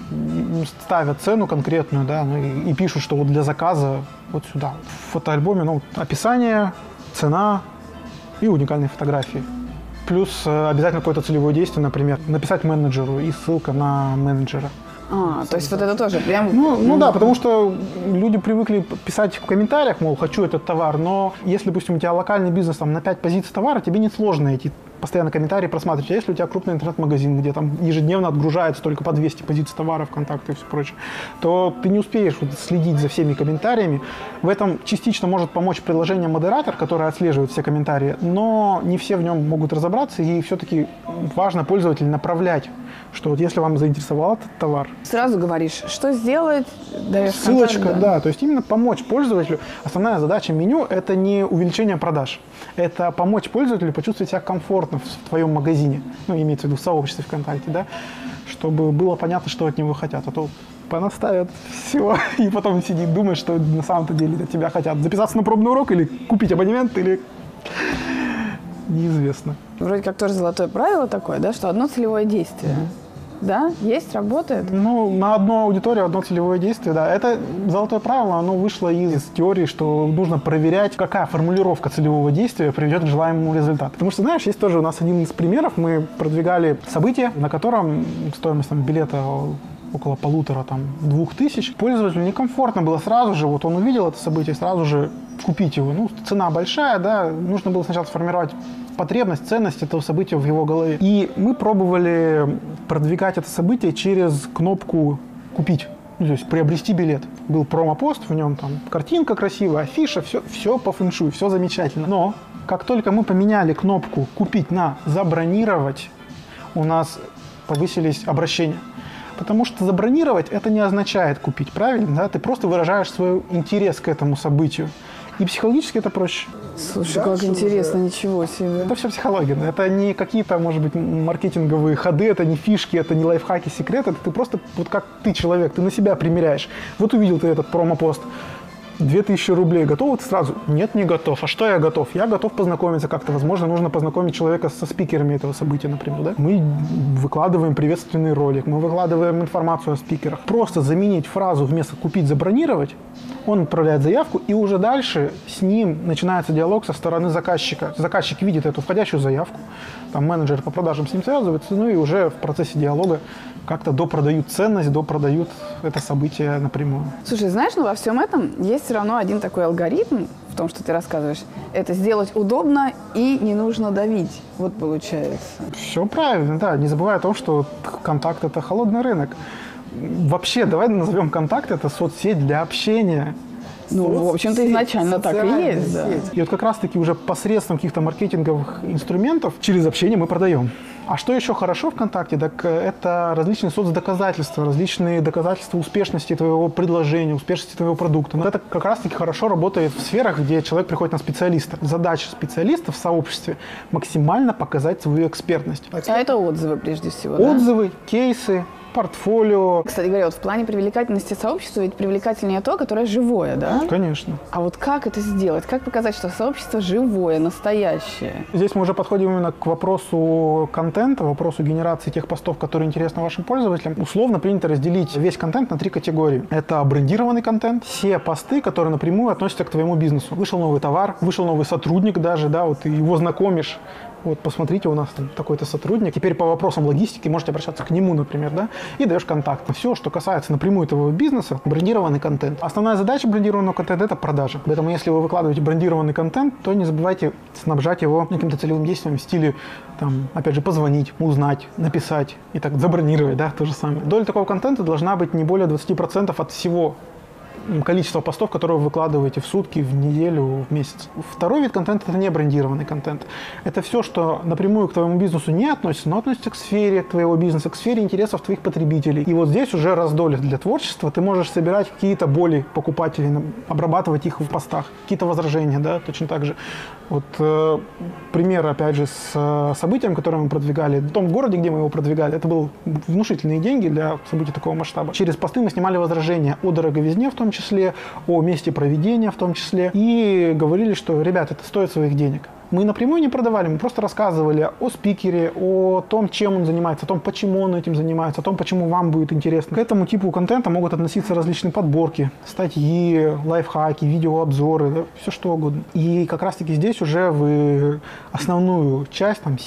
ставят цену конкретную, да, ну, и пишут, что вот для заказа вот сюда. В фотоальбоме, ну, описание, цена и уникальные фотографии. Плюс обязательно какое-то целевое действие, например, написать менеджеру и ссылка на менеджера. То есть вот это тоже прям... Ну да, потому что люди привыкли писать в комментариях, мол, хочу этот товар, но если, допустим, у тебя локальный бизнес там, на 5 позиций товара, тебе не сложно эти постоянно комментарии просматривать. А если у тебя крупный интернет-магазин, где там ежедневно отгружается только по 200 позиций товара, ВКонтакте и все прочее, то ты не успеешь вот следить за всеми комментариями. В этом частично может помочь приложение-модератор, которое отслеживает все комментарии, но не все в нем могут разобраться, и все-таки важно пользователя направлять, что вот если вам заинтересовал этот товар... Сразу говоришь, что сделать, даешь ссылочка, контакт, да, то есть именно помочь пользователю. Основная задача меню – это не увеличение продаж, это помочь пользователю почувствовать себя комфортно в твоем магазине, ну, имеется в виду в сообществе ВКонтакте, да, что чтобы было понятно, что от него хотят. А то понаставят все, и потом сидит, думает, что на самом-то деле от тебя хотят записаться на пробный урок или купить абонемент, или неизвестно. Вроде как тоже золотое правило такое, да, что одно целевое действие. Да, есть, работает. Ну, на одну аудиторию одно целевое действие, да. Это золотое правило, оно вышло из теории, что нужно проверять, какая формулировка целевого действия приведет к желаемому результату. Потому что, знаешь, есть тоже у нас один из примеров. Мы продвигали событие, на котором стоимость билета около 1500-2000. Пользователю некомфортно было сразу же, вот он увидел это событие, сразу же купить его. Ну, цена большая, да, нужно было сначала сформировать потребность, ценность этого события в его голове. И мы пробовали продвигать это событие через кнопку «Купить». Ну, то есть приобрести билет. Был промо-пост, в нем там картинка красивая, афиша, все по фэншуй, все замечательно. Но как только мы поменяли кнопку «Купить» на «Забронировать», у нас повысились обращения. Потому что забронировать это не означает купить, правильно? Да? Ты просто выражаешь свой интерес к этому событию. И психологически это проще. Слушай, как интересно, ничего себе. Это все психология. Это не какие-то, может быть, маркетинговые ходы, это не фишки, это не лайфхаки, секреты. Это ты просто, вот как ты человек, ты на себя примеряешь. Вот увидел ты этот промо-пост. 2000 рублей. Готов ты сразу? Нет, не готов. А что я готов? Я готов познакомиться как-то. Возможно, нужно познакомить человека со спикерами этого события, например. Да? Мы выкладываем приветственный ролик, мы выкладываем информацию о спикерах. Просто заменить фразу вместо «купить», «забронировать», он отправляет заявку, и уже дальше с ним начинается диалог со стороны заказчика. Заказчик видит эту входящую заявку, там менеджер по продажам с ним связывается, ну и уже в процессе диалога как-то допродают ценность, допродают это событие напрямую. Слушай, знаешь, ну во всем этом есть все равно один такой алгоритм в том, что ты рассказываешь. Это сделать удобно и не нужно давить. Вот получается. Все правильно, да. Не забывай о том, что «Контакт» — это холодный рынок. Вообще, давай назовем «Контакт» — это соцсеть для общения. Ну, в общем-то, изначально так и есть, да. И вот как раз-таки уже посредством каких-то маркетинговых инструментов через общение мы продаем. А что еще хорошо ВКонтакте, так это различные соцдоказательства, различные доказательства успешности твоего предложения, успешности твоего продукта. Но это как раз-таки хорошо работает в сферах, где человек приходит на специалиста. Задача специалиста в сообществе – максимально показать свою экспертность. А это отзывы прежде всего, Отзывы, кейсы, портфолио. Кстати говоря, вот в плане привлекательности сообщества ведь привлекательнее то, которое живое, да? Конечно. А вот как это сделать? Как показать, что сообщество живое, настоящее? Здесь мы уже подходим именно к вопросу контента, вопросу генерации тех постов, которые интересны вашим пользователям. Условно принято разделить весь контент на 3 категории. Это брендированный контент, все посты, которые напрямую относятся к твоему бизнесу. Вышел новый товар, вышел новый сотрудник даже, да, вот ты его знакомишь. Вот, посмотрите, у нас там такой-то сотрудник. Теперь по вопросам логистики можете обращаться к нему, например, да, и даешь контакт. Все, что касается напрямую твоего бизнеса, брендированный контент. Основная задача брендированного контента – это продажа. Поэтому, если вы выкладываете брендированный контент, то не забывайте снабжать его каким-то целевым действием в стиле, там, опять же, позвонить, узнать, написать и так забронировать, да, то же самое. Доля такого контента должна быть не более 20% от всего количество постов, которые вы выкладываете в сутки, в неделю, в месяц. Второй вид контента – это не брендированный контент. Это все, что напрямую к твоему бизнесу не относится, но относится к сфере твоего бизнеса, к сфере интересов твоих потребителей. И вот здесь уже раздолье для творчества. Ты можешь собирать какие-то боли покупателей, обрабатывать их в постах, какие-то возражения, да, точно так же. Вот пример, опять же, с событием, которое мы продвигали. В том городе, где мы его продвигали, это были внушительные деньги для событий такого масштаба. Через посты мы снимали возражения о дороговизне в том числе, о месте проведения в том числе. И говорили, что, ребят, это стоит своих денег. Мы напрямую не продавали, мы просто рассказывали о спикере, о том, чем он занимается, о том, почему он этим занимается, о том, почему вам будет интересно. К этому типу контента могут относиться различные подборки, статьи, лайфхаки, видеообзоры, да, все что угодно. И как раз-таки здесь уже вы основную часть, там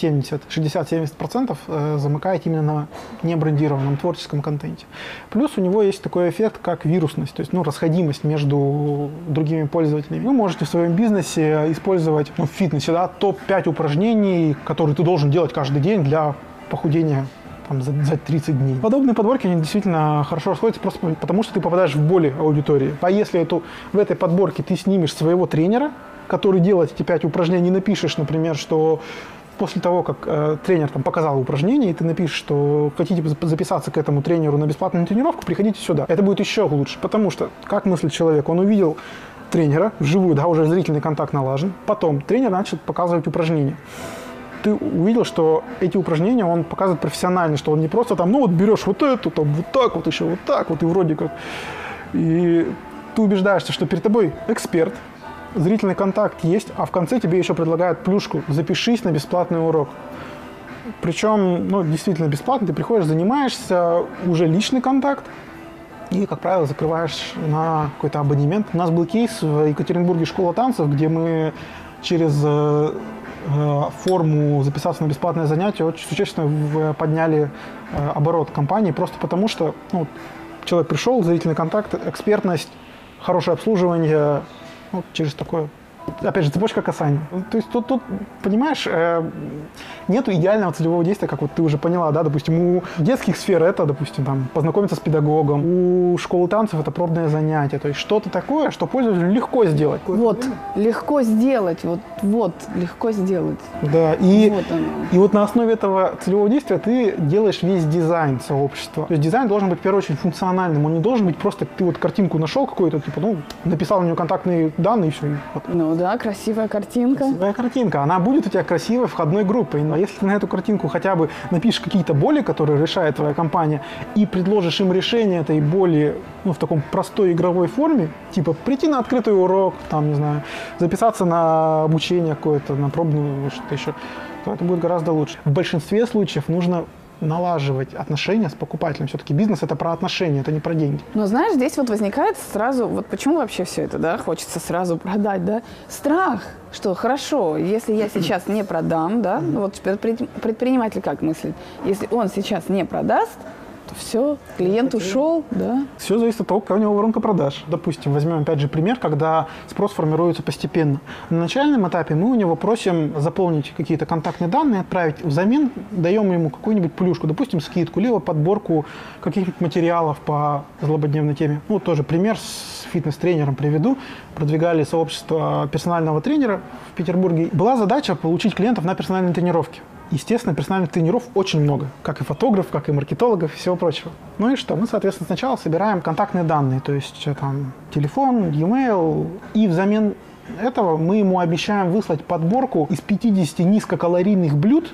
60-70% замыкаете именно на небрендированном творческом контенте. Плюс у него есть такой эффект, как вирусность, то есть расходимость между другими пользователями. Вы можете в своем бизнесе использовать в фитнесе, да, топ-5 упражнений, которые ты должен делать каждый день для похудения там, за 30 дней. Подобные подборки, они действительно хорошо расходятся просто потому, что ты попадаешь в боли аудитории. А если в этой подборке ты снимешь своего тренера, который делает эти 5 упражнений, напишешь, например, что после того, как тренер там показал упражнение, и ты напишешь, что хотите записаться к этому тренеру на бесплатную тренировку, приходите сюда. Это будет еще лучше, потому что, как мыслит человек, он увидел тренера вживую, да, уже зрительный контакт налажен. Потом тренер начал показывать упражнения. ты увидел, что эти упражнения он показывает профессионально, что он не просто там, ну вот берешь вот эту, там вот так вот, еще вот так вот, и вроде как. И ты убеждаешься, что перед тобой эксперт, зрительный контакт есть, а в конце тебе еще предлагают плюшку, запишись на бесплатный урок. Причем, ну, действительно бесплатно, ты приходишь, занимаешься, уже личный контакт, и, как правило, закрываешь на какой-то абонемент. У нас был кейс в Екатеринбурге «Школа танцев», где мы через форму записаться на бесплатное занятие очень существенно подняли оборот компании, просто потому что ну, человек пришел, зрительный контакт, экспертность, хорошее обслуживание, вот через такое. Опять же, цепочка касаний. То есть тут понимаешь, нету идеального целевого действия, как вот ты уже поняла, да, допустим, у детских сфер это, допустим, там, познакомиться с педагогом, у школы танцев это пробное занятие, то есть что-то такое, что пользователю легко сделать. Вот, легко сделать, вот, легко сделать. Да, и вот на основе этого целевого действия ты делаешь весь дизайн сообщества. То есть дизайн должен быть, в первую очередь, функциональным, он не должен быть просто, ты вот картинку нашел какую-то, типа, ну, написал на нее контактные данные и все. Вот. Ну да, красивая картинка. Красивая картинка. Она будет у тебя красивой входной группой. А если ты на эту картинку хотя бы напишешь какие-то боли, которые решает твоя компания, и предложишь им решение этой боли ну, в таком простой игровой форме, типа прийти на открытый урок, там, не знаю, записаться на обучение какое-то, на пробную, что-то еще, то это будет гораздо лучше. В большинстве случаев нужно налаживать отношения с покупателем. Все-таки бизнес – это про отношения, это не про деньги. Но знаешь, здесь вот возникает сразу, вот почему вообще все это, да, хочется сразу продать, да? Страх, что хорошо, если я сейчас не продам, да, вот предприниматель как мыслит, если он сейчас не продаст, то все, клиент ушел, да. Все зависит от того, какая у него воронка продаж. Допустим, возьмем опять же пример, когда спрос формируется постепенно. На начальном этапе мы у него просим заполнить какие-то контактные данные, отправить. Взамен даем ему какую-нибудь плюшку, допустим, скидку, либо подборку каких-нибудь материалов по злободневной теме. Ну, тоже пример с фитнес-тренером приведу. Продвигали сообщество персонального тренера в Петербурге. Была задача получить клиентов на персональные тренировки. Естественно, персональных тренеров очень много, как и фотографов, как и маркетологов и всего прочего. Ну и что? Мы, соответственно, сначала собираем контактные данные, то есть там телефон, e-mail, и взамен этого мы ему обещаем выслать подборку из 50 низкокалорийных блюд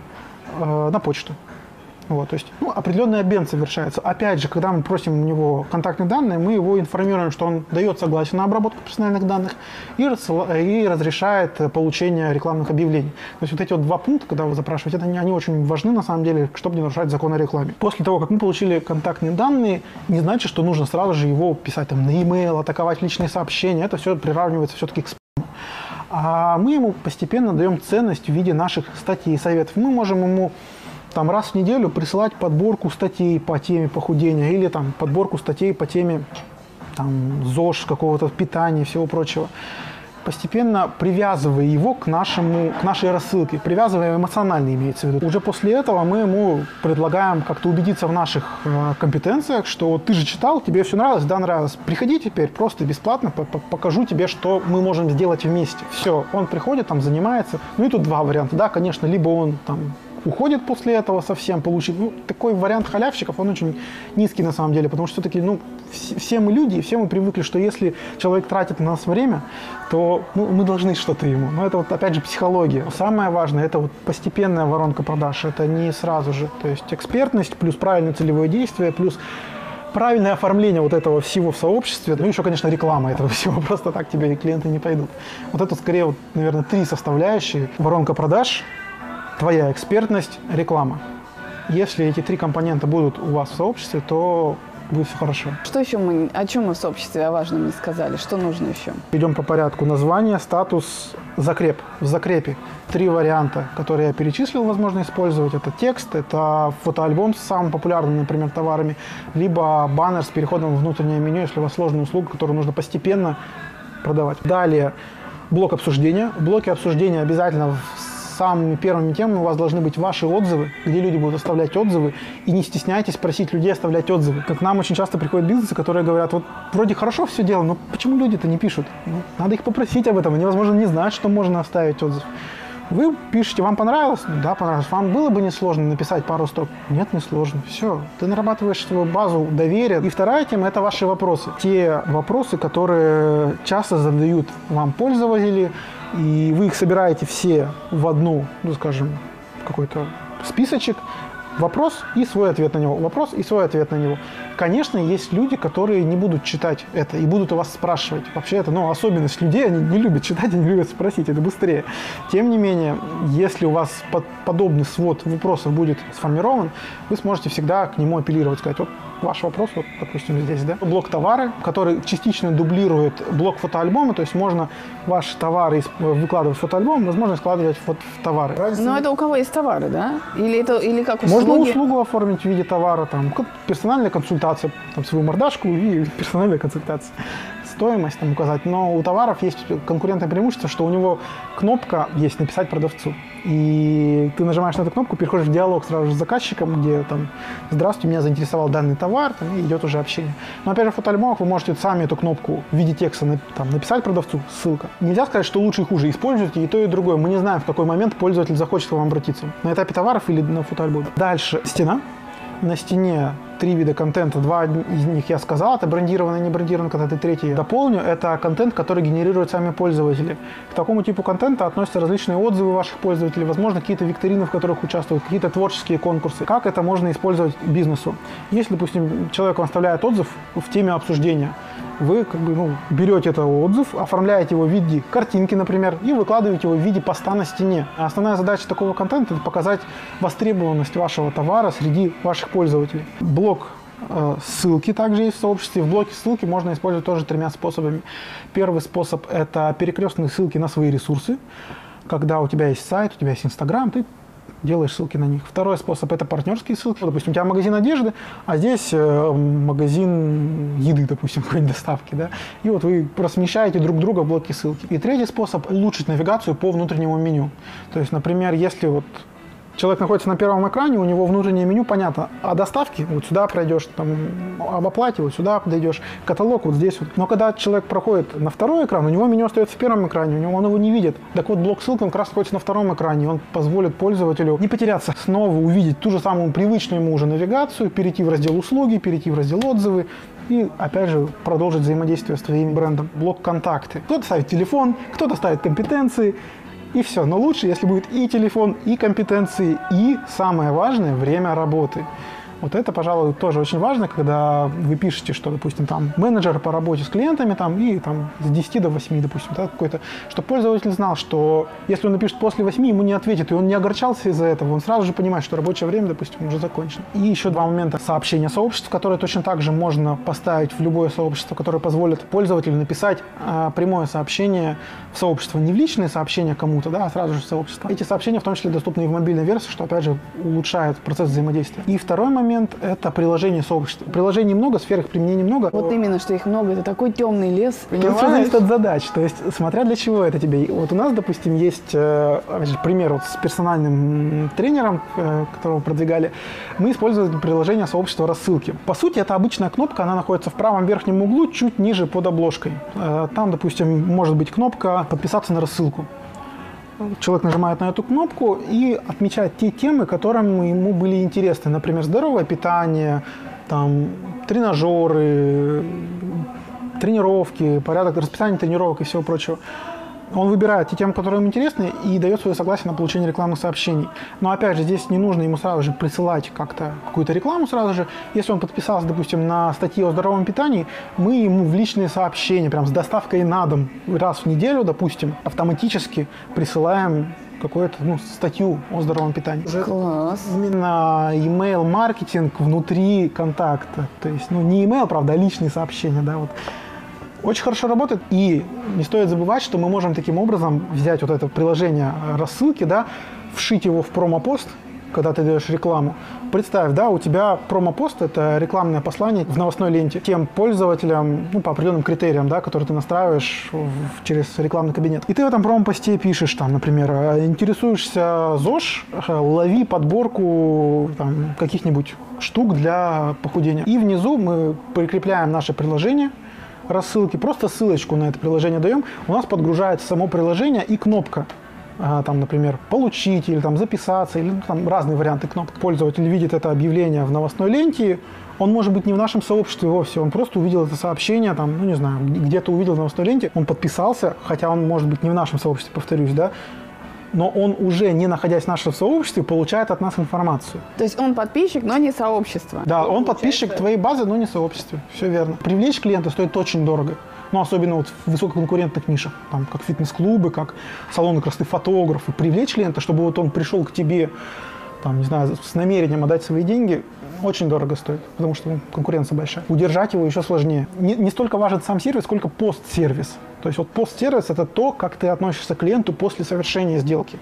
на почту. Вот, то есть определенный обмен совершается. Опять же, когда мы просим у него контактные данные, мы его информируем, что он дает согласие на обработку персональных данных и разрешает получение рекламных объявлений. То есть вот эти вот два пункта, когда вы запрашиваете, они очень важны на самом деле, чтобы не нарушать закон о рекламе. После того, как мы получили контактные данные, не значит, что нужно сразу же его писать там, на e-mail, атаковать личные сообщения. Это все приравнивается все-таки к спаму. А мы ему постепенно даем ценность в виде наших статей и советов. Мы можем ему там раз в неделю присылать подборку статей по теме похудения или там подборку статей по теме там, ЗОЖ, какого-то питания и всего прочего. Постепенно привязывая его к нашей рассылке, привязывая эмоционально, имеется в виду. Уже после этого мы ему предлагаем как-то убедиться в наших компетенциях, что вот ты же читал, тебе все нравилось, да, нравилось. Приходи теперь просто бесплатно, покажу тебе, что мы можем сделать вместе. Все, он приходит, там занимается. Ну и тут два варианта, да, конечно, либо он там уходит после этого совсем, получит. Ну, такой вариант халявщиков, он очень низкий на самом деле, потому что все-таки, ну, все мы люди, и все мы привыкли, что если человек тратит на нас время, то мы должны что-то ему. Но это вот, опять же, психология. Самое важное, это вот постепенная воронка продаж, это не сразу же. То есть экспертность плюс правильное целевое действие, плюс правильное оформление вот этого всего в сообществе, ну, еще, конечно, реклама этого всего, просто так тебе клиенты не пойдут. Вот это, скорее, вот, наверное, 3 составляющие. Воронка продаж, твоя экспертность, реклама. Если эти 3 компонента будут у вас в сообществе, то будет все хорошо. Что еще о чем мы в сообществе о важном не сказали? Что нужно еще? Идем по порядку. Название, статус, закреп. В закрепе 3 варианта, которые я перечислил, возможно использовать. Это текст, это фотоальбом с самыми популярными, например, товарами, либо баннер с переходом в внутреннее меню, если у вас сложная услуга, которую нужно постепенно продавать. Далее блок обсуждения. В блоке обсуждения обязательно самыми первыми темами у вас должны быть ваши отзывы, где люди будут оставлять отзывы. И не стесняйтесь просить людей оставлять отзывы. Как к нам очень часто приходят бизнесы, которые говорят, вот вроде хорошо все дело, но почему люди-то не пишут? Ну, надо их попросить об этом. Они, возможно, не знают, что можно оставить отзыв. Вы пишете, вам понравилось? Да, понравилось. Вам было бы несложно написать пару строк? Нет, не сложно. Все. Ты нарабатываешь свою базу доверия. И вторая тема – это ваши вопросы. Те вопросы, которые часто задают вам пользователи, и вы их собираете все в одну, ну, скажем, какой-то списочек. Вопрос и свой ответ на него. Вопрос и свой ответ на него. Конечно, есть люди, которые не будут читать это и будут у вас спрашивать. Вообще это, особенность людей, они не любят читать, они любят спросить, это быстрее. Тем не менее, если у вас подобный свод вопросов будет сформирован, вы сможете всегда к нему апеллировать, сказать, вот ваш вопрос, вот, допустим, здесь, да, блок товары, который частично дублирует блок фотоальбома, то есть можно ваши товары выкладывать в фотоальбом, возможно, складывать в товары. Но это у кого есть товары, да? Или как услуги? Можно услугу оформить в виде товара, там, персональная консультация, там, свою мордашку и персональная консультация. Стоимость там указать, но у товаров есть конкурентное преимущество, что у него кнопка есть «Написать продавцу». И ты нажимаешь на эту кнопку, переходишь в диалог сразу же с заказчиком, где там «Здравствуйте, меня заинтересовал данный товар», там, и идет уже общение. Но опять же в фотоальбомах вы можете сами эту кнопку в виде текста «Написать продавцу», ссылка. Нельзя сказать, что лучше и хуже. Используйте и то, и другое. Мы не знаем, в какой момент пользователь захочет к вам обратиться. На этапе товаров или на фотоальбоме. Дальше стена. На стене 3 вида контента, 2 из них я сказал, это брендированный и не брендированный контент, и третий дополню, это контент, который генерируют сами пользователи. К такому типу контента относятся различные отзывы ваших пользователей, возможно, какие-то викторины, в которых участвуют, какие-то творческие конкурсы. Как это можно использовать бизнесу? Если, допустим, человек вам оставляет отзыв в теме обсуждения, вы берете этот отзыв, оформляете его в виде картинки, например, и выкладываете его в виде поста на стене. А основная задача такого контента – это показать востребованность вашего товара среди ваших пользователей. Блок ссылки также есть в сообществе. В блоке ссылки можно использовать тоже 3 способами. Первый способ – это перекрестные ссылки на свои ресурсы. Когда у тебя есть сайт, у тебя есть Инстаграм, ты делаешь ссылки на них. Второй способ – это партнерские ссылки. Допустим, у тебя магазин одежды, а здесь магазин еды, допустим, какой-нибудь доставки. Да? И вот вы размещаете друг друга в блоке ссылки. И третий способ – улучшить навигацию по внутреннему меню. То есть, например, если человек находится на первом экране, у него внутреннее меню понятно. О доставке вот сюда пройдешь, об оплате вот сюда подойдешь, каталог вот здесь вот. Но когда человек проходит на второй экран, у него меню остается в первом экране, он его не видит. Так вот, блок ссылки, он как раз находится на втором экране. Он позволит пользователю не потеряться, снова увидеть ту же самую привычную ему уже навигацию, перейти в раздел услуги, перейти в раздел отзывы и, опять же, продолжить взаимодействие с твоим брендом. Блок контакты. Кто-то ставит телефон, кто-то ставит компетенции. И все. Но лучше, если будет и телефон, и компетенции, и, самое важное, время работы. Вот это, пожалуй, тоже очень важно, когда вы пишете, что, допустим, там менеджер по работе с клиентами и с 10 до 8, допустим, какой-то, чтобы пользователь знал, что если он напишет после 8, ему не ответит, и он не огорчался из-за этого, он сразу же понимает, что рабочее время, допустим, уже закончено. И еще 2 момента сообщения сообществ, которые точно так же можно поставить в любое сообщество, которое позволит пользователю написать прямое сообщение в сообщество, не в личные сообщения кому-то, а сразу же в сообщество. Эти сообщения в том числе доступны и в мобильной версии, что, опять же, улучшает процесс взаимодействия. И второй момент – это приложение сообщества. Приложений много, сфер их применений много. Вот именно, что их много, это такой темный лес. Тут все зависит от задач. То есть, смотря для чего это тебе. Вот у нас, допустим, есть пример с персональным тренером, которого продвигали. Мы использовали приложение сообщества рассылки. По сути, это обычная кнопка, она находится в правом верхнем углу, чуть ниже под обложкой. Там, допустим, может быть кнопка «Подписаться на рассылку». Человек нажимает на эту кнопку и отмечает те темы, которые ему были интересны. Например, здоровое питание, тренажеры, тренировки, порядок расписания тренировок и всего прочего. Он выбирает те темы, которые ему интересны, и дает свое согласие на получение рекламных сообщений. Но опять же, здесь не нужно ему сразу же присылать как-то какую-то рекламу сразу же. Если он подписался, допустим, на статьи о здоровом питании, мы ему в личные сообщения, прям с доставкой на дом, раз в неделю, допустим, автоматически присылаем какую-то статью о здоровом питании. Класс. Именно email-маркетинг внутри контакта. То есть, не email, правда, а личные сообщения, да, вот. Очень хорошо работает, и не стоит забывать, что мы можем таким образом взять вот это приложение рассылки, вшить его в промопост, когда ты даешь рекламу. Представь, у тебя промопост – это рекламное послание в новостной ленте тем пользователям, по определенным критериям, которые ты настраиваешь через рекламный кабинет. И ты в этом промопосте пишешь, например, интересуешься ЗОЖ, лови подборку каких-нибудь штук для похудения. И внизу мы прикрепляем наше приложение, рассылки, просто ссылочку на это приложение даем, у нас подгружается само приложение и кнопка там, например, получить или там записаться, или там разные варианты кнопок. Пользователь видит это объявление в новостной ленте, он может быть не в нашем сообществе вовсе, он просто увидел это сообщение, там, ну не знаю, где-то увидел в новостной ленте, он подписался, хотя он может быть не в нашем сообществе, повторюсь, да, но он уже, не находясь в нашем сообществе, получает от нас информацию. То есть он подписчик, но не сообщество. Да, он подписчик твоей базы, но не сообществе. Все верно. Привлечь клиента стоит очень дорого. Ну, особенно вот в высококонкурентных нишах, там, как фитнес-клубы, как салоны красоты, фотографы. Привлечь клиента, чтобы вот он пришел к тебе, там, не знаю, с намерением отдать свои деньги, очень дорого стоит, потому что конкуренция большая. Удержать его еще сложнее. Не столько важен сам сервис, сколько пост-сервис. То есть вот пост-сервис – это то, как ты относишься к клиенту после совершения сделки.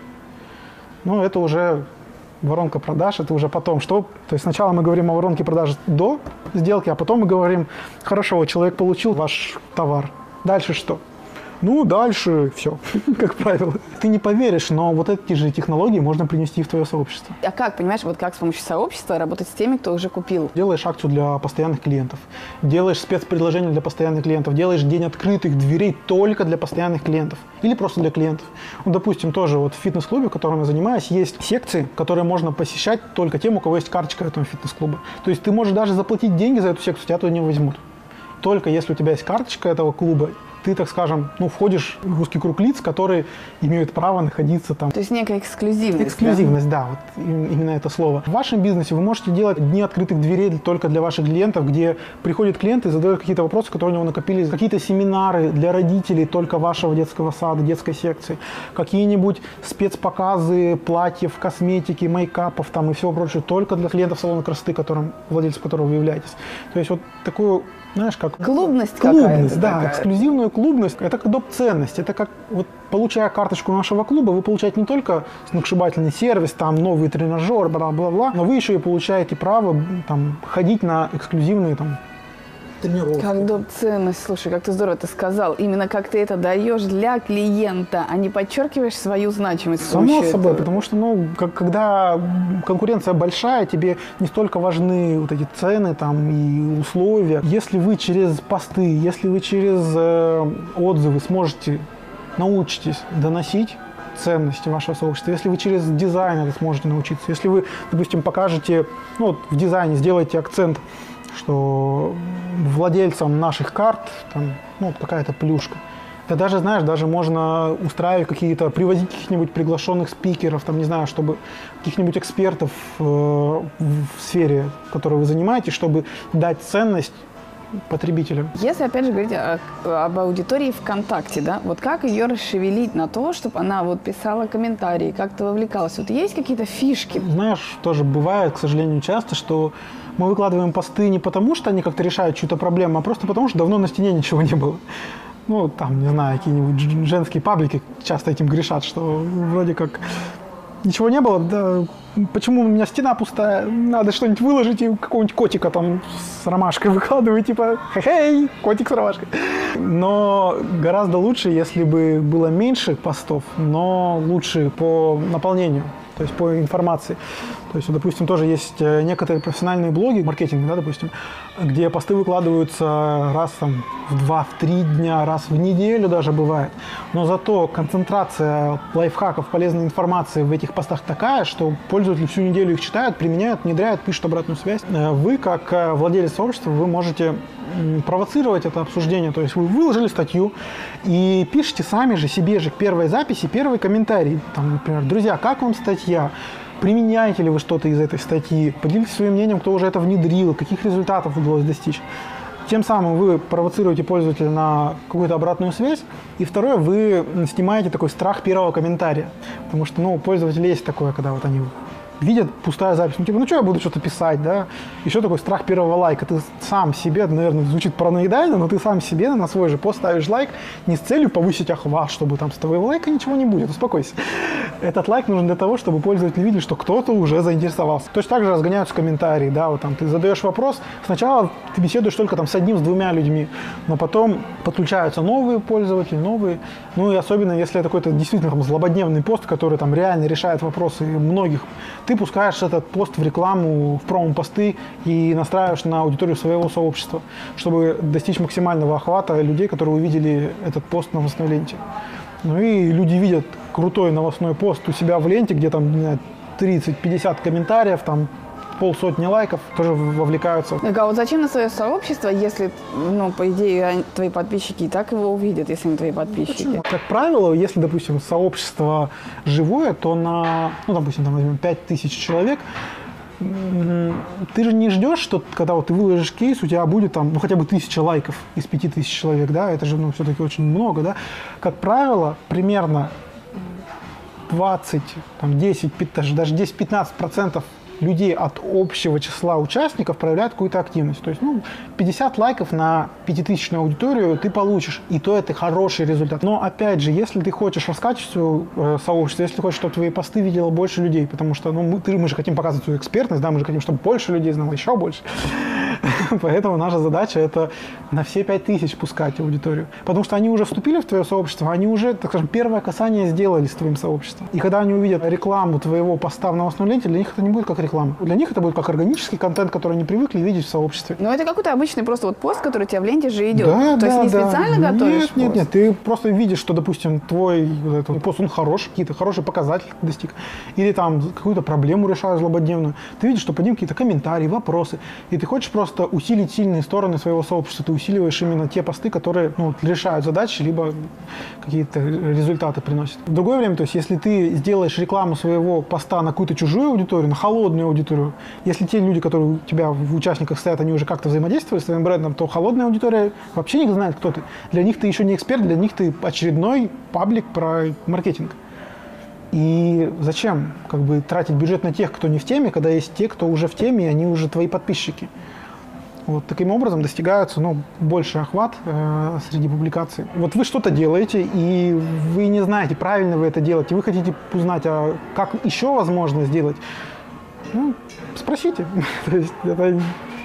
Ну, это уже воронка продаж, это уже потом. То есть сначала мы говорим о воронке продаж до сделки, а потом мы говорим, хорошо, человек получил ваш товар. Дальше что? Ну, дальше все, как правило. Ты не поверишь, но вот эти же технологии можно принести в твое сообщество. А как, понимаешь, вот как с помощью сообщества работать с теми, кто уже купил? Делаешь акцию для постоянных клиентов, делаешь спецпредложение для постоянных клиентов, делаешь день открытых дверей только для постоянных клиентов или просто для клиентов. Ну, допустим, тоже вот в фитнес-клубе, в котором я занимаюсь, есть секции, которые можно посещать только тем, у кого есть карточка этого фитнес-клуба. То есть ты можешь даже заплатить деньги за эту секцию, тебя туда не возьмут. Только если у тебя есть карточка этого клуба, ты, так скажем, входишь в узкий круг лиц, которые имеют право находиться там. То есть некая эксклюзивность. Эксклюзивность, да, вот именно это слово. В вашем бизнесе вы можете делать дни открытых дверей только для ваших клиентов, где приходят клиенты и задают какие-то вопросы, которые у него накопились, какие-то семинары для родителей только вашего детского сада, детской секции, какие-нибудь спецпоказы платьев, косметики, мейкапов там и всего прочего только для клиентов салона красоты, владельцем которого вы являетесь. То есть вот такую, знаешь, как... Клубность да, такая. Эксклюзивную клубность. Это как доп. Ценность. Это как, вот, получая карточку нашего клуба, вы получаете не только сногсшибательный сервис, там, новый тренажер, бла-бла-бла, но вы еще и получаете право там, ходить на эксклюзивные там, тренировки. Как доп. Ценность. Слушай, как ты здорово это сказал. Именно как ты это даешь для клиента, а не подчеркиваешь свою значимость. Само собой, потому что, когда конкуренция большая, тебе не столько важны вот эти цены там и условия. Если вы через посты, если вы через отзывы научитесь доносить ценности вашего сообщества, если вы через дизайн это сможете научиться, если вы, допустим, покажете, в дизайне сделаете акцент, что владельцам наших карт там, какая-то плюшка. Да даже, знаешь, даже можно устраивать привозить каких-нибудь приглашенных спикеров, там, не знаю, чтобы каких-нибудь экспертов в сфере, в которой вы занимаетесь, чтобы дать ценность потребителям. Если, опять же, говорить об аудитории ВКонтакте, да, вот как ее расшевелить на то, чтобы она вот писала комментарии, как-то вовлекалась? Вот есть какие-то фишки? Знаешь, тоже бывает, к сожалению, часто, что мы выкладываем посты не потому, что они как-то решают чью-то проблему, а просто потому, что давно на стене ничего не было. Там, не знаю, какие-нибудь женские паблики часто этим грешат, что вроде как ничего не было, да, почему у меня стена пустая, надо что-нибудь выложить и какого-нибудь котика там с ромашкой выкладывать, типа, хе-хей, котик с ромашкой. Но гораздо лучше, если бы было меньше постов, но лучше по наполнению, то есть по информации. То есть, допустим, тоже есть некоторые профессиональные блоги, маркетинг, да, допустим, где посты выкладываются раз там, в 2-3 дня, раз в неделю даже бывает. Но зато концентрация лайфхаков, полезной информации в этих постах такая, что пользователи всю неделю их читают, применяют, внедряют, пишут обратную связь. Вы, как владелец сообщества, вы можете провоцировать это обсуждение. То есть вы выложили статью и пишите сами же себе же к первой записи первый комментарий. Там, например, друзья, как вам статья? Применяете ли вы что-то из этой статьи? Поделитесь своим мнением, кто уже это внедрил, каких результатов удалось достичь. Тем самым вы провоцируете пользователя на какую-то обратную связь. И второе, вы снимаете такой страх первого комментария. Потому что у пользователей есть такое, когда вот они видят пустая запись, что я буду что-то писать, да? Еще такой страх первого лайка. Ты сам себе, наверное, звучит параноидально, но ты сам себе на свой же пост ставишь лайк не с целью повысить охват, чтобы там с твоего лайка ничего не будет, успокойся. Этот лайк нужен для того, чтобы пользователи видели, что кто-то уже заинтересовался. Точно так же разгоняются комментарии, да, вот там ты задаешь вопрос, сначала ты беседуешь только там с одним, с двумя людьми, но потом подключаются новые пользователи, новые, и особенно если это какой-то действительно там злободневный пост, который там реально решает вопросы многих, ты пускаешь этот пост в рекламу, в промо-посты и настраиваешь на аудиторию своего сообщества, чтобы достичь максимального охвата людей, которые увидели этот пост на новостной ленте. Ну и люди видят крутой новостной пост у себя в ленте, где там, не знаю, 30-50 комментариев, там полсотни лайков, тоже вовлекаются. Так, а вот зачем на свое сообщество, если, ну, по идее, твои подписчики и так его увидят, если они твои подписчики? Почему? Как правило, если, допустим, сообщество живое, то на, ну, допустим, там возьмем 5000 человек, ты же не ждешь, что когда вот ты выложишь кейс, у тебя будет там, ну, хотя бы 1000 лайков из 5000 человек, да, это же, ну, все-таки очень много, да. Как правило, примерно 20, там, 10, даже 10-15% людей от общего числа участников проявляют какую-то активность. То есть, ну, 50 лайков на 5000-ную аудиторию ты получишь, и то это хороший результат. Но, опять же, если ты хочешь раскачивать свое сообщество, если ты хочешь, чтобы твои посты видело больше людей, потому что, ну, мы же хотим показывать свою экспертность, да, мы же хотим, чтобы больше людей знало, еще больше. Поэтому наша задача – это на все 5000 пускать аудиторию. Потому что они уже вступили в твое сообщество, они уже, так скажем, первое касание сделали с твоим сообществом. И когда они увидят рекламу твоего поста в новостной ленте, для них это не будет как реклама. Для них это будет как органический контент, который они привыкли видеть в сообществе. Но это какой-то обычный просто вот пост, который у тебя в ленте же идет. Да, То есть не специально готовишь? Нет, ты просто видишь, что, допустим, твой вот этот пост, он хороший, какие-то хорошие показатели достиг. Или там какую-то проблему решаешь злободневную. Ты видишь, что под ним какие-то комментарии, вопросы. И ты хочешь просто усилить сильные стороны своего сообщества. Ты усиливаешь именно те посты, которые, ну, решают задачи, либо какие-то результаты приносят. В другое время, то есть, если ты сделаешь рекламу своего поста на какую-то чужую аудиторию, на холодную аудиторию, если те люди, которые у тебя в участниках стоят, они уже как-то взаимодействуют с твоим брендом, то холодная аудитория вообще не знает, кто ты. Для них ты еще не эксперт, для них ты очередной паблик про маркетинг. И зачем как бы тратить бюджет на тех, кто не в теме, когда есть те, кто уже в теме, и они уже твои подписчики. Вот таким образом достигается, ну, больший охват среди публикаций. Вот вы что-то делаете, и вы не знаете, правильно вы это делаете, вы хотите узнать, а как еще возможно сделать. Ну, спросите. То есть это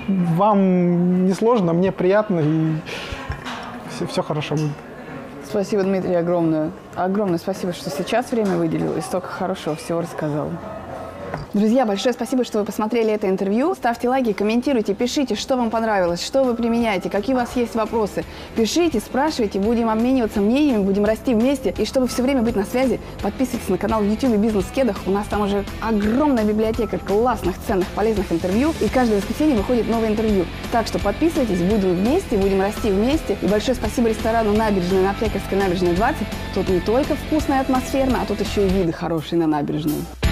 вам не сложно, мне приятно, и все хорошо будет. Спасибо, Дмитрий, огромное. Огромное спасибо, что сейчас время выделил и столько хорошего всего рассказал. Друзья, большое спасибо, что вы посмотрели это интервью. Ставьте лайки, комментируйте, пишите, что вам понравилось, что вы применяете, какие у вас есть вопросы. Пишите, спрашивайте, будем обмениваться мнениями, будем расти вместе. И чтобы все время быть на связи, подписывайтесь на канал в YouTube «Бизнес в кедах». У нас там уже огромная библиотека классных, ценных, полезных интервью. И каждое воскресенье выходит новое интервью. Так что подписывайтесь, будем вместе, будем расти вместе. И большое спасибо ресторану «Набережная» на Аптекарской набережной 20. Тут не только вкусно и атмосферно, а тут еще и виды хорошие на набережную.